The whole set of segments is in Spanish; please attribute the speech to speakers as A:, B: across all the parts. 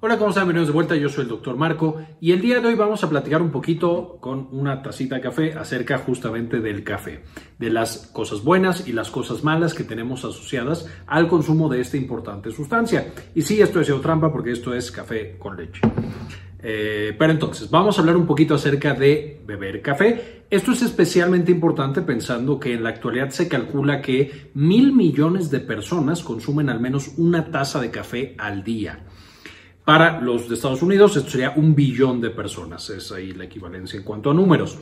A: Hola, ¿cómo están? Bienvenidos de vuelta, yo soy el Dr. Marco y el día de hoy vamos a platicar un poquito con una tacita de café acerca justamente del café, de las cosas buenas y las cosas malas que tenemos asociadas al consumo de esta importante sustancia. Y sí, esto es trampa porque esto es café con leche. Pero entonces, vamos a hablar un poquito acerca de beber café. Esto es especialmente importante pensando que en la actualidad se calcula que 1.000 millones de personas consumen al menos una taza de café al día. Para los de Estados Unidos, esto sería 1 billón de personas. Es ahí la equivalencia en cuanto a números.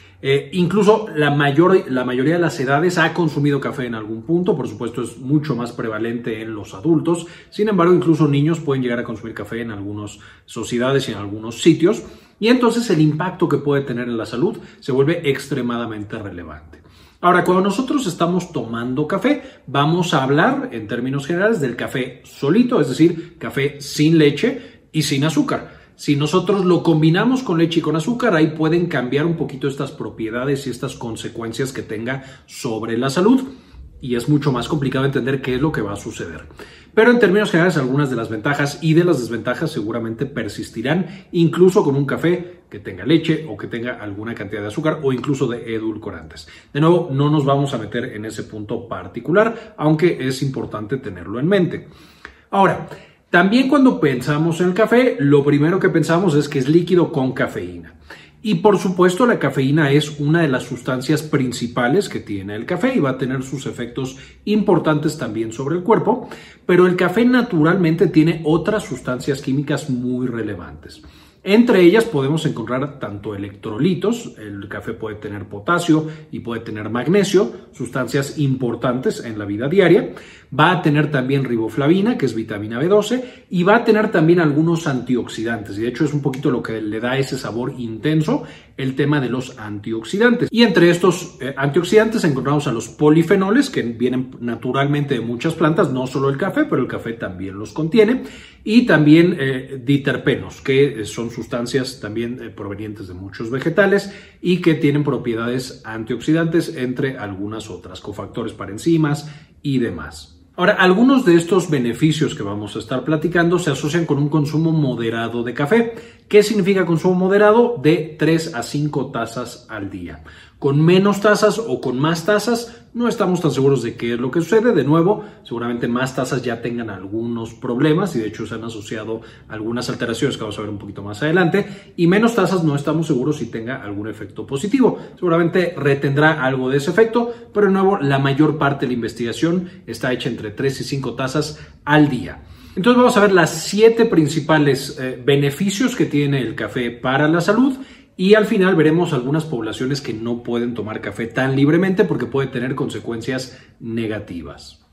A: Incluso la mayoría de las edades ha consumido café en algún punto. Por supuesto, es mucho más prevalente en los adultos. Sin embargo, incluso niños pueden llegar a consumir café en algunas sociedades y en algunos sitios. Y entonces el impacto que puede tener en la salud se vuelve extremadamente relevante. Ahora, cuando nosotros estamos tomando café, vamos a hablar en términos generales del café solito, es decir, café sin leche y sin azúcar. Si nosotros lo combinamos con leche y con azúcar, ahí pueden cambiar un poquito estas propiedades y estas consecuencias que tenga sobre la salud. Y es mucho más complicado entender qué es lo que va a suceder. Pero en términos generales, algunas de las ventajas y de las desventajas seguramente persistirán, incluso con un café que tenga leche o que tenga alguna cantidad de azúcar o incluso de edulcorantes. De nuevo, no nos vamos a meter en ese punto particular, aunque es importante tenerlo en mente. Ahora, también cuando pensamos en el café, lo primero que pensamos es que es líquido con cafeína. Y por supuesto la cafeína es una de las sustancias principales que tiene el café y va a tener sus efectos importantes también sobre el cuerpo, pero el café naturalmente tiene otras sustancias químicas muy relevantes. Entre ellas podemos encontrar tanto electrolitos, el café puede tener potasio y puede tener magnesio, sustancias importantes en la vida diaria. Va a tener también riboflavina, que es vitamina B12, y va a tener también algunos antioxidantes. Y de hecho es un poquito lo que le da ese sabor intenso, el tema de los antioxidantes. Y entre estos antioxidantes encontramos a los polifenoles, que vienen naturalmente de muchas plantas, no solo el café, pero el café también los contiene. Y también diterpenos, que son sustancias también provenientes de muchos vegetales y que tienen propiedades antioxidantes, entre algunas otras, cofactores para enzimas y demás. Ahora, algunos de estos beneficios que vamos a estar platicando se asocian con un consumo moderado de café. ¿Qué significa consumo moderado? De 3 a 5 tazas al día. Con menos tazas o con más tazas, no estamos tan seguros de qué es lo que sucede. De nuevo, seguramente más tazas ya tengan algunos problemas y de hecho se han asociado algunas alteraciones que vamos a ver un poquito más adelante. Y menos tazas no estamos seguros si tenga algún efecto positivo. Seguramente retendrá algo de ese efecto, pero de nuevo la mayor parte de la investigación está hecha entre 3 y 5 tazas al día. Entonces vamos a ver las 7 principales beneficios que tiene el café para la salud. Y al final veremos algunas poblaciones que no pueden tomar café tan libremente porque puede tener consecuencias negativas.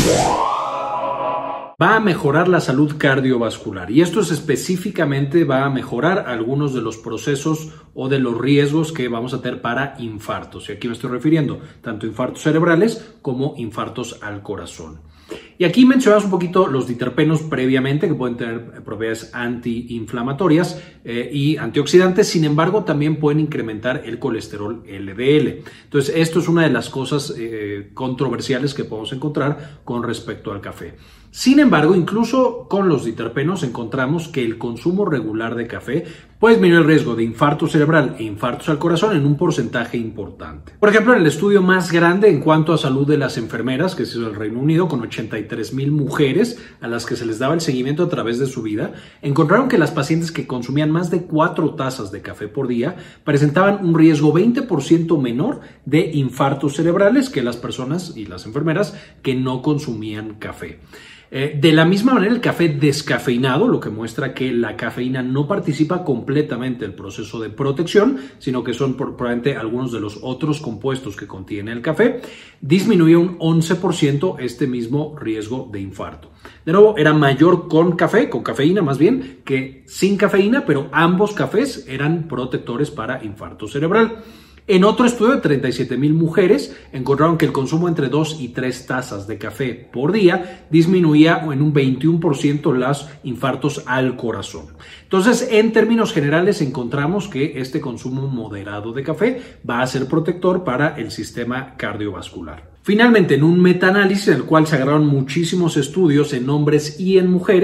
A: Va a mejorar la salud cardiovascular y esto específicamente va a mejorar algunos de los procesos o de los riesgos que vamos a tener para infartos. Y aquí me estoy refiriendo tanto a infartos cerebrales como infartos al corazón. Y aquí mencionamos un poquito los diterpenos previamente, que pueden tener propiedades antiinflamatorias y antioxidantes. Sin embargo, también pueden incrementar el colesterol LDL. Entonces, esto es una de las cosas controversiales que podemos encontrar con respecto al café. Sin embargo, incluso con los diterpenos encontramos que el consumo regular de café puede disminuir el riesgo de infarto cerebral e infartos al corazón en un porcentaje importante. Por ejemplo, en el estudio más grande en cuanto a salud de las enfermeras, que se hizo en el Reino Unido, con 83,000 mujeres a las que se les daba el seguimiento a través de su vida, encontraron que las pacientes que consumían más de 4 tazas de café por día presentaban un riesgo 20% menor de infartos cerebrales que las personas y las enfermeras que no consumían café. De la misma manera, el café descafeinado, lo que muestra que la cafeína no participa completamente en el proceso de protección, sino que son probablemente algunos de los otros compuestos que contiene el café, disminuye un 11% este mismo riesgo de infarto. De nuevo, era mayor con café, con cafeína más bien, que sin cafeína, pero ambos cafés eran protectores para infarto cerebral. En otro estudio de 37,000 mujeres encontraron que el consumo entre 2 y 3 tazas de café por día disminuía en un 21% los infartos al corazón. Entonces, en términos generales, encontramos que este consumo moderado de café va a ser protector para el sistema cardiovascular. Finalmente, en un metaanálisis en el cual se agarraron muchísimos estudios en hombres y en mujeres,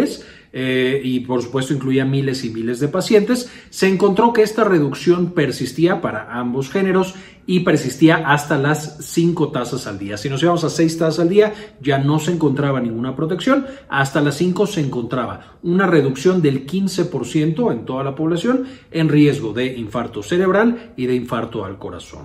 A: y por supuesto incluía miles y miles de pacientes, se encontró que esta reducción persistía para ambos géneros y persistía hasta las 5 tazas al día. Si nos íbamos a 6 tazas al día, ya no se encontraba ninguna protección. Hasta las 5 se encontraba una reducción del 15% en toda la población en riesgo de infarto cerebral y de infarto al corazón.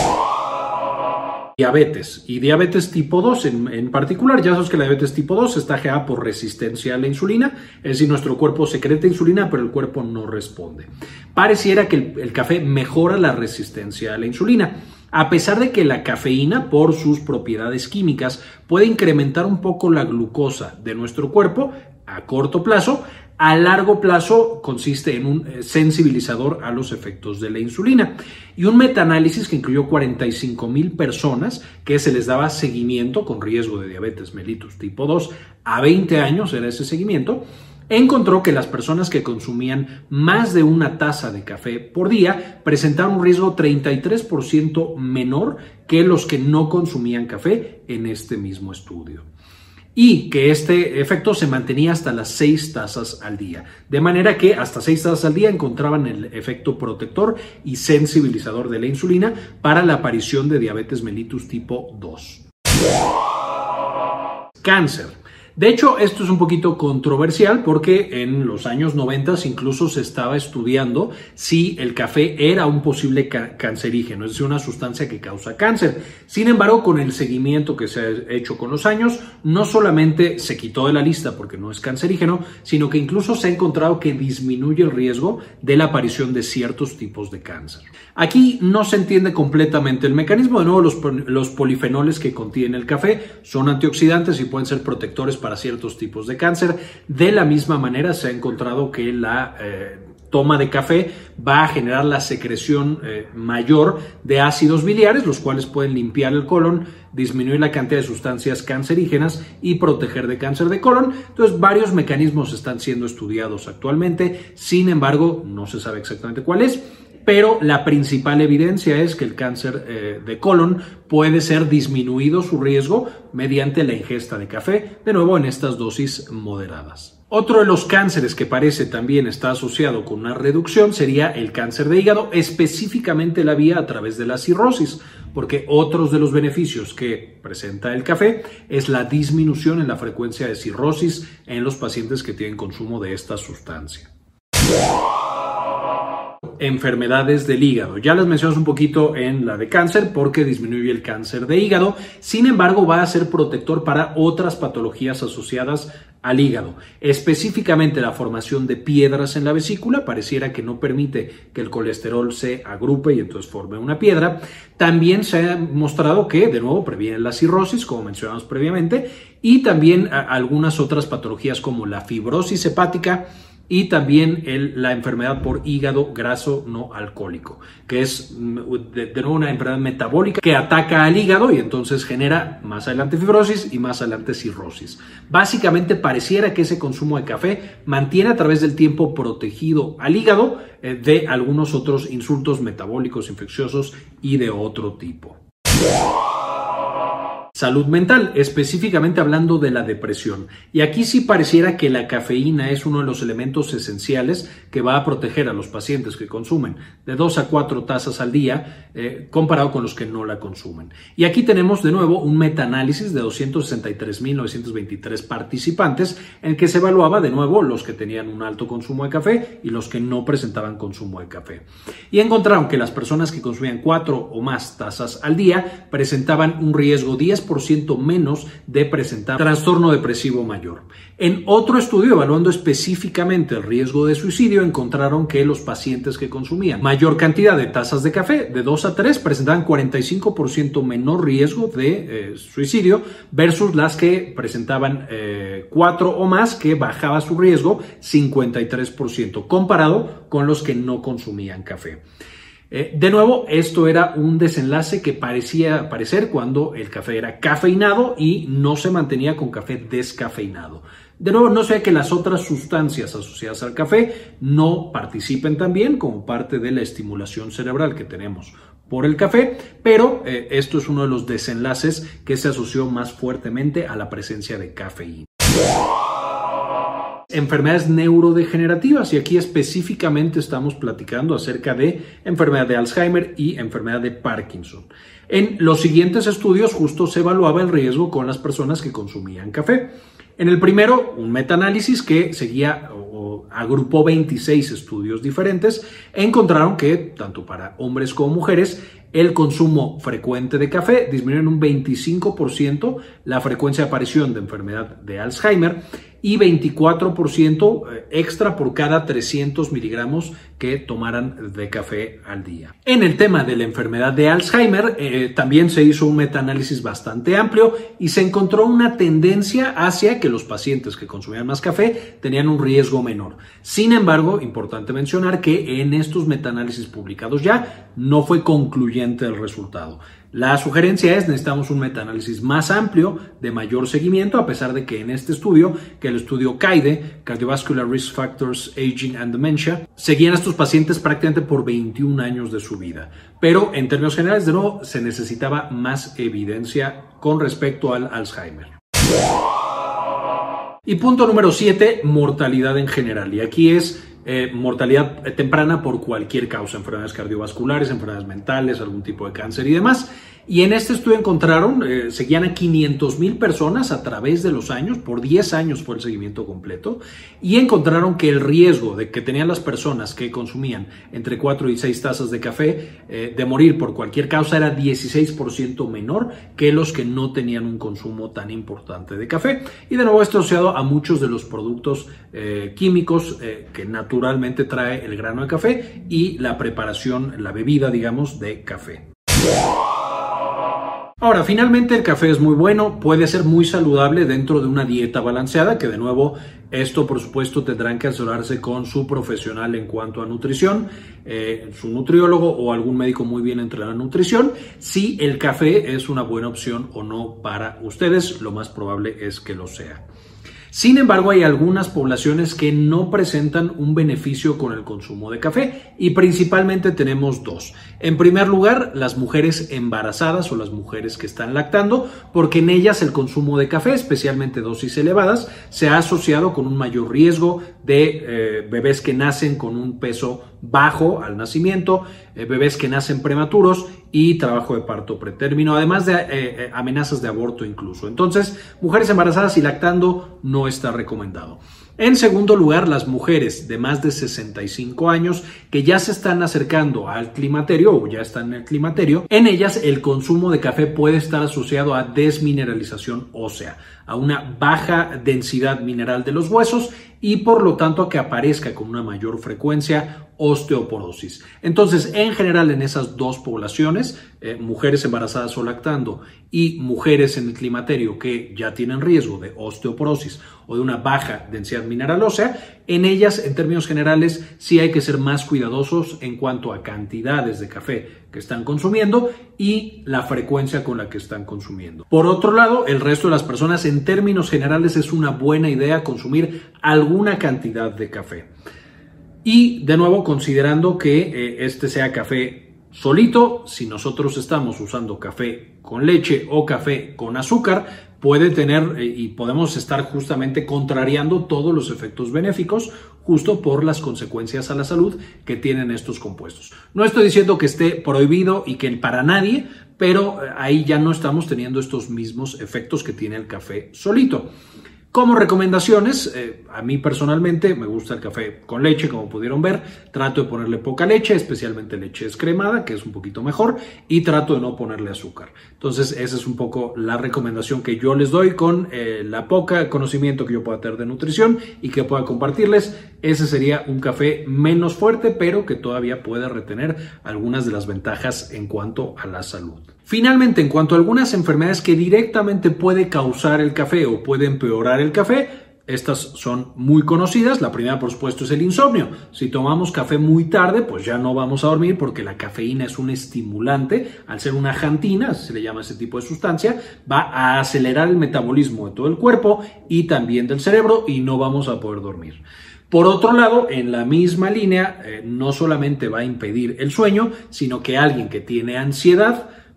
A: Diabetes y diabetes tipo 2 en particular. Ya sabes que la diabetes tipo 2 está generada por resistencia a la insulina, es decir, nuestro cuerpo secreta insulina, pero el cuerpo no responde. Pareciera que el café mejora la resistencia a la insulina, a pesar de que la cafeína, por sus propiedades químicas, puede incrementar un poco la glucosa de nuestro cuerpo a corto plazo. A largo plazo consiste en un sensibilizador a los efectos de la insulina. Y un metaanálisis que incluyó 45,000 personas que se les daba seguimiento con riesgo de diabetes mellitus tipo 2 a 20 años, era ese seguimiento, encontró que las personas que consumían más de una taza de café por día presentaban un riesgo 33% menor que los que no consumían café en este mismo estudio. Y que este efecto se mantenía hasta las 6 tazas al día. De manera que hasta 6 tazas al día encontraban el efecto protector y sensibilizador de la insulina para la aparición de diabetes mellitus tipo 2. Cáncer. De hecho, esto es un poquito controversial porque en los años 90 incluso se estaba estudiando si el café era un posible cancerígeno, es decir, una sustancia que causa cáncer. Sin embargo, con el seguimiento que se ha hecho con los años, no solamente se quitó de la lista porque no es cancerígeno, sino que incluso se ha encontrado que disminuye el riesgo de la aparición de ciertos tipos de cáncer. Aquí no se entiende completamente el mecanismo. De nuevo, los polifenoles que contiene el café son antioxidantes y pueden ser protectores para ciertos tipos de cáncer. De la misma manera, se ha encontrado que la toma de café va a generar la secreción mayor de ácidos biliares, los cuales pueden limpiar el colon, disminuir la cantidad de sustancias cancerígenas y proteger de cáncer de colon. Entonces, varios mecanismos están siendo estudiados actualmente. Sin embargo, no se sabe exactamente cuál es. Pero la principal evidencia es que el cáncer de colon puede ser disminuido su riesgo mediante la ingesta de café, de nuevo en estas dosis moderadas. Otro de los cánceres que parece también está asociado con una reducción sería el cáncer de hígado, específicamente la vía a través de la cirrosis, porque otros de los beneficios que presenta el café es la disminución en la frecuencia de cirrosis en los pacientes que tienen consumo de esta sustancia. Enfermedades del hígado. Ya las mencionamos un poquito en la de cáncer porque disminuye el cáncer de hígado. Sin embargo, va a ser protector para otras patologías asociadas al hígado. Específicamente la formación de piedras en la vesícula. Pareciera que no permite que el colesterol se agrupe y entonces forme una piedra. También se ha mostrado que, de nuevo, previene la cirrosis, como mencionamos previamente, y también algunas otras patologías como la fibrosis hepática y también la enfermedad por hígado graso no alcohólico, que es de nuevo una enfermedad metabólica que ataca al hígado y entonces genera más adelante fibrosis y más adelante cirrosis. Básicamente pareciera que ese consumo de café mantiene a través del tiempo protegido al hígado de algunos otros insultos metabólicos infecciosos y de otro tipo. Salud mental, específicamente hablando de la depresión. Y aquí sí pareciera que la cafeína es uno de los elementos esenciales que va a proteger a los pacientes que consumen de 2 a 4 tazas al día comparado con los que no la consumen. Y aquí tenemos de nuevo un metaanálisis de 263,923 participantes en el que se evaluaba de nuevo los que tenían un alto consumo de café y los que no presentaban consumo de café. Y encontraron que las personas que consumían 4 o más tazas al día presentaban un riesgo 10% menos de presentar trastorno depresivo mayor. En otro estudio, evaluando específicamente el riesgo de suicidio, encontraron que los pacientes que consumían mayor cantidad de tazas de café, de 2 a 3, presentaban 45% menor riesgo de suicidio versus las que presentaban 4 o más, que bajaba su riesgo 53%, comparado con los que no consumían café. De nuevo, esto era un desenlace que parecía aparecer cuando el café era cafeinado y no se mantenía con café descafeinado. De nuevo, no sé que las otras sustancias asociadas al café no participen también como parte de la estimulación cerebral que tenemos por el café, pero esto es uno de los desenlaces que se asoció más fuertemente a la presencia de cafeína. Enfermedades neurodegenerativas, y aquí específicamente estamos platicando acerca de enfermedad de Alzheimer y enfermedad de Parkinson. En los siguientes estudios justo se evaluaba el riesgo con las personas que consumían café. En el primero, un metaanálisis que seguía o agrupó 26 estudios diferentes, encontraron que tanto para hombres como mujeres el consumo frecuente de café disminuyó en un 25% la frecuencia de aparición de enfermedad de Alzheimer y 24% extra por cada 300 miligramos que tomaran de café al día. En el tema de la enfermedad de Alzheimer, también se hizo un metaanálisis bastante amplio y se encontró una tendencia hacia que los pacientes que consumían más café tenían un riesgo menor. Sin embargo, importante mencionar que en estos metaanálisis publicados ya no fue concluyente el resultado. La sugerencia es: necesitamos un metaanálisis más amplio, de mayor seguimiento, a pesar de que en este estudio, que el estudio CAIDE, Cardiovascular Risk Factors, Aging and Dementia, seguían a estos pacientes prácticamente por 21 años de su vida. Pero en términos generales, de nuevo, se necesitaba más evidencia con respecto al Alzheimer. Y punto número 7, mortalidad en general. Y aquí es mortalidad temprana por cualquier causa, enfermedades cardiovasculares, enfermedades mentales, algún tipo de cáncer y demás. Y en este estudio encontraron, seguían a 500,000 personas a través de los años, por 10 años fue el seguimiento completo, y encontraron que el riesgo de que tenían las personas que consumían entre 4 y 6 tazas de café de morir por cualquier causa era 16% menor que los que no tenían un consumo tan importante de café. Y de nuevo esto asociado a muchos de los productos químicos que naturalmente trae el grano de café y la preparación, la bebida, digamos, de café. Ahora, finalmente el café es muy bueno, puede ser muy saludable dentro de una dieta balanceada, que de nuevo esto por supuesto tendrán que asesorarse con su profesional en cuanto a nutrición, su nutriólogo o algún médico muy bien entrenado en nutrición, si el café es una buena opción o no para ustedes. Lo más probable es que lo sea. Sin embargo, hay algunas poblaciones que no presentan un beneficio con el consumo de café y principalmente tenemos dos. En primer lugar, las mujeres embarazadas o las mujeres que están lactando, porque en ellas el consumo de café, especialmente dosis elevadas, se ha asociado con un mayor riesgo de bebés que nacen con un peso bajo al nacimiento, bebés que nacen prematuros y trabajo de parto pretérmino, además de amenazas de aborto incluso. Entonces, mujeres embarazadas y lactando no está recomendado. En segundo lugar, las mujeres de más de 65 años que ya se están acercando al climaterio o ya están en el climaterio, en ellas el consumo de café puede estar asociado a desmineralización ósea, a una baja densidad mineral de los huesos y por lo tanto a que aparezca con una mayor frecuencia osteoporosis. Entonces, en general, en esas dos poblaciones, mujeres embarazadas o lactando y mujeres en el climaterio que ya tienen riesgo de osteoporosis o de una baja densidad mineral ósea, en ellas, en términos generales, sí hay que ser más cuidadosos en cuanto a cantidades de café que están consumiendo y la frecuencia con la que están consumiendo. Por otro lado, el resto de las personas, en términos generales, es una buena idea consumir alguna cantidad de café. Y de nuevo, considerando que este sea café solito, si nosotros estamos usando café con leche o café con azúcar, puede tener y podemos estar justamente contrariando todos los efectos benéficos justo por las consecuencias a la salud que tienen estos compuestos. No estoy diciendo que esté prohibido y que para nadie, pero ahí ya no estamos teniendo estos mismos efectos que tiene el café solito. Como recomendaciones, a mí personalmente me gusta el café con leche, como pudieron ver. Trato de ponerle poca leche, especialmente leche descremada, que es un poquito mejor, y trato de no ponerle azúcar. Entonces, esa es un poco la recomendación que yo les doy con la poca conocimiento que yo pueda tener de nutrición y que pueda compartirles. Ese sería un café menos fuerte, pero que todavía puede retener algunas de las ventajas en cuanto a la salud. Finalmente, en cuanto a algunas enfermedades que directamente puede causar el café o puede empeorar el café, estas son muy conocidas. La primera, por supuesto, es el insomnio. Si tomamos café muy tarde, pues ya no vamos a dormir porque la cafeína es un estimulante. Al ser una xantina, se le llama ese tipo de sustancia, va a acelerar el metabolismo de todo el cuerpo y también del cerebro y no vamos a poder dormir. Por otro lado, en la misma línea, no solamente va a impedir el sueño, sino que alguien que tiene ansiedad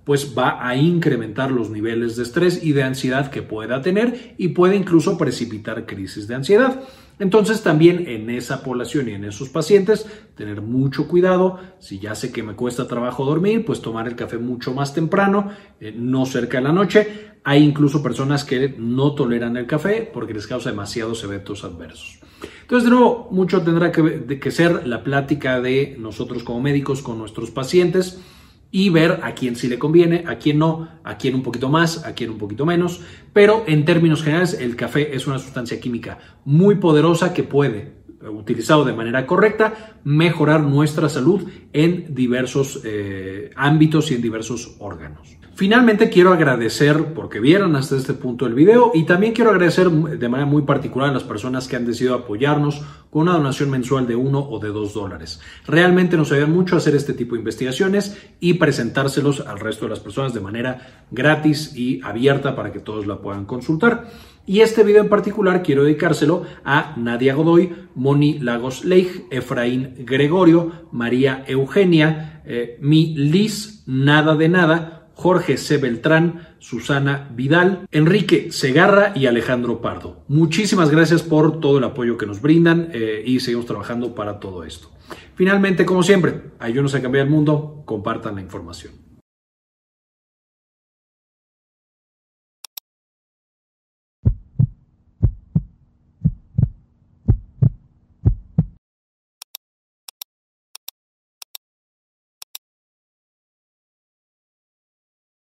A: pues va a incrementar los niveles de estrés y de ansiedad que pueda tener y puede incluso precipitar crisis de ansiedad. Entonces también en esa población y en esos pacientes tener mucho cuidado. Si ya sé que me cuesta trabajo dormir, pues tomar el café mucho más temprano, no cerca de la noche. Hay incluso personas que no toleran el café porque les causa demasiados eventos adversos. Entonces, de nuevo, mucho tendrá que ser la plática de nosotros como médicos con nuestros pacientes y ver a quién sí le conviene, a quién no, a quién un poquito más, a quién un poquito menos. Pero en términos generales, el café es una sustancia química muy poderosa que puede, utilizado de manera correcta, mejorar nuestra salud en diversos ámbitos y en diversos órganos. Finalmente quiero agradecer porque vieron hasta este punto el video y también quiero agradecer de manera muy particular a las personas que han decidido apoyarnos con una donación mensual de $1 o de $2. Realmente nos ayuda mucho a hacer este tipo de investigaciones y presentárselos al resto de las personas de manera gratis y abierta para que todos la puedan consultar. Y este video en particular quiero dedicárselo a Nadia Godoy, Moni Lagos Leigh, Efraín Gregorio, María Eugenia, mi Liz Nada de Nada, Jorge C. Beltrán, Susana Vidal, Enrique Segarra y Alejandro Pardo. Muchísimas gracias por todo el apoyo que nos brindan y seguimos trabajando para todo esto. Finalmente, como siempre, ayúdenos a cambiar el mundo, compartan la información.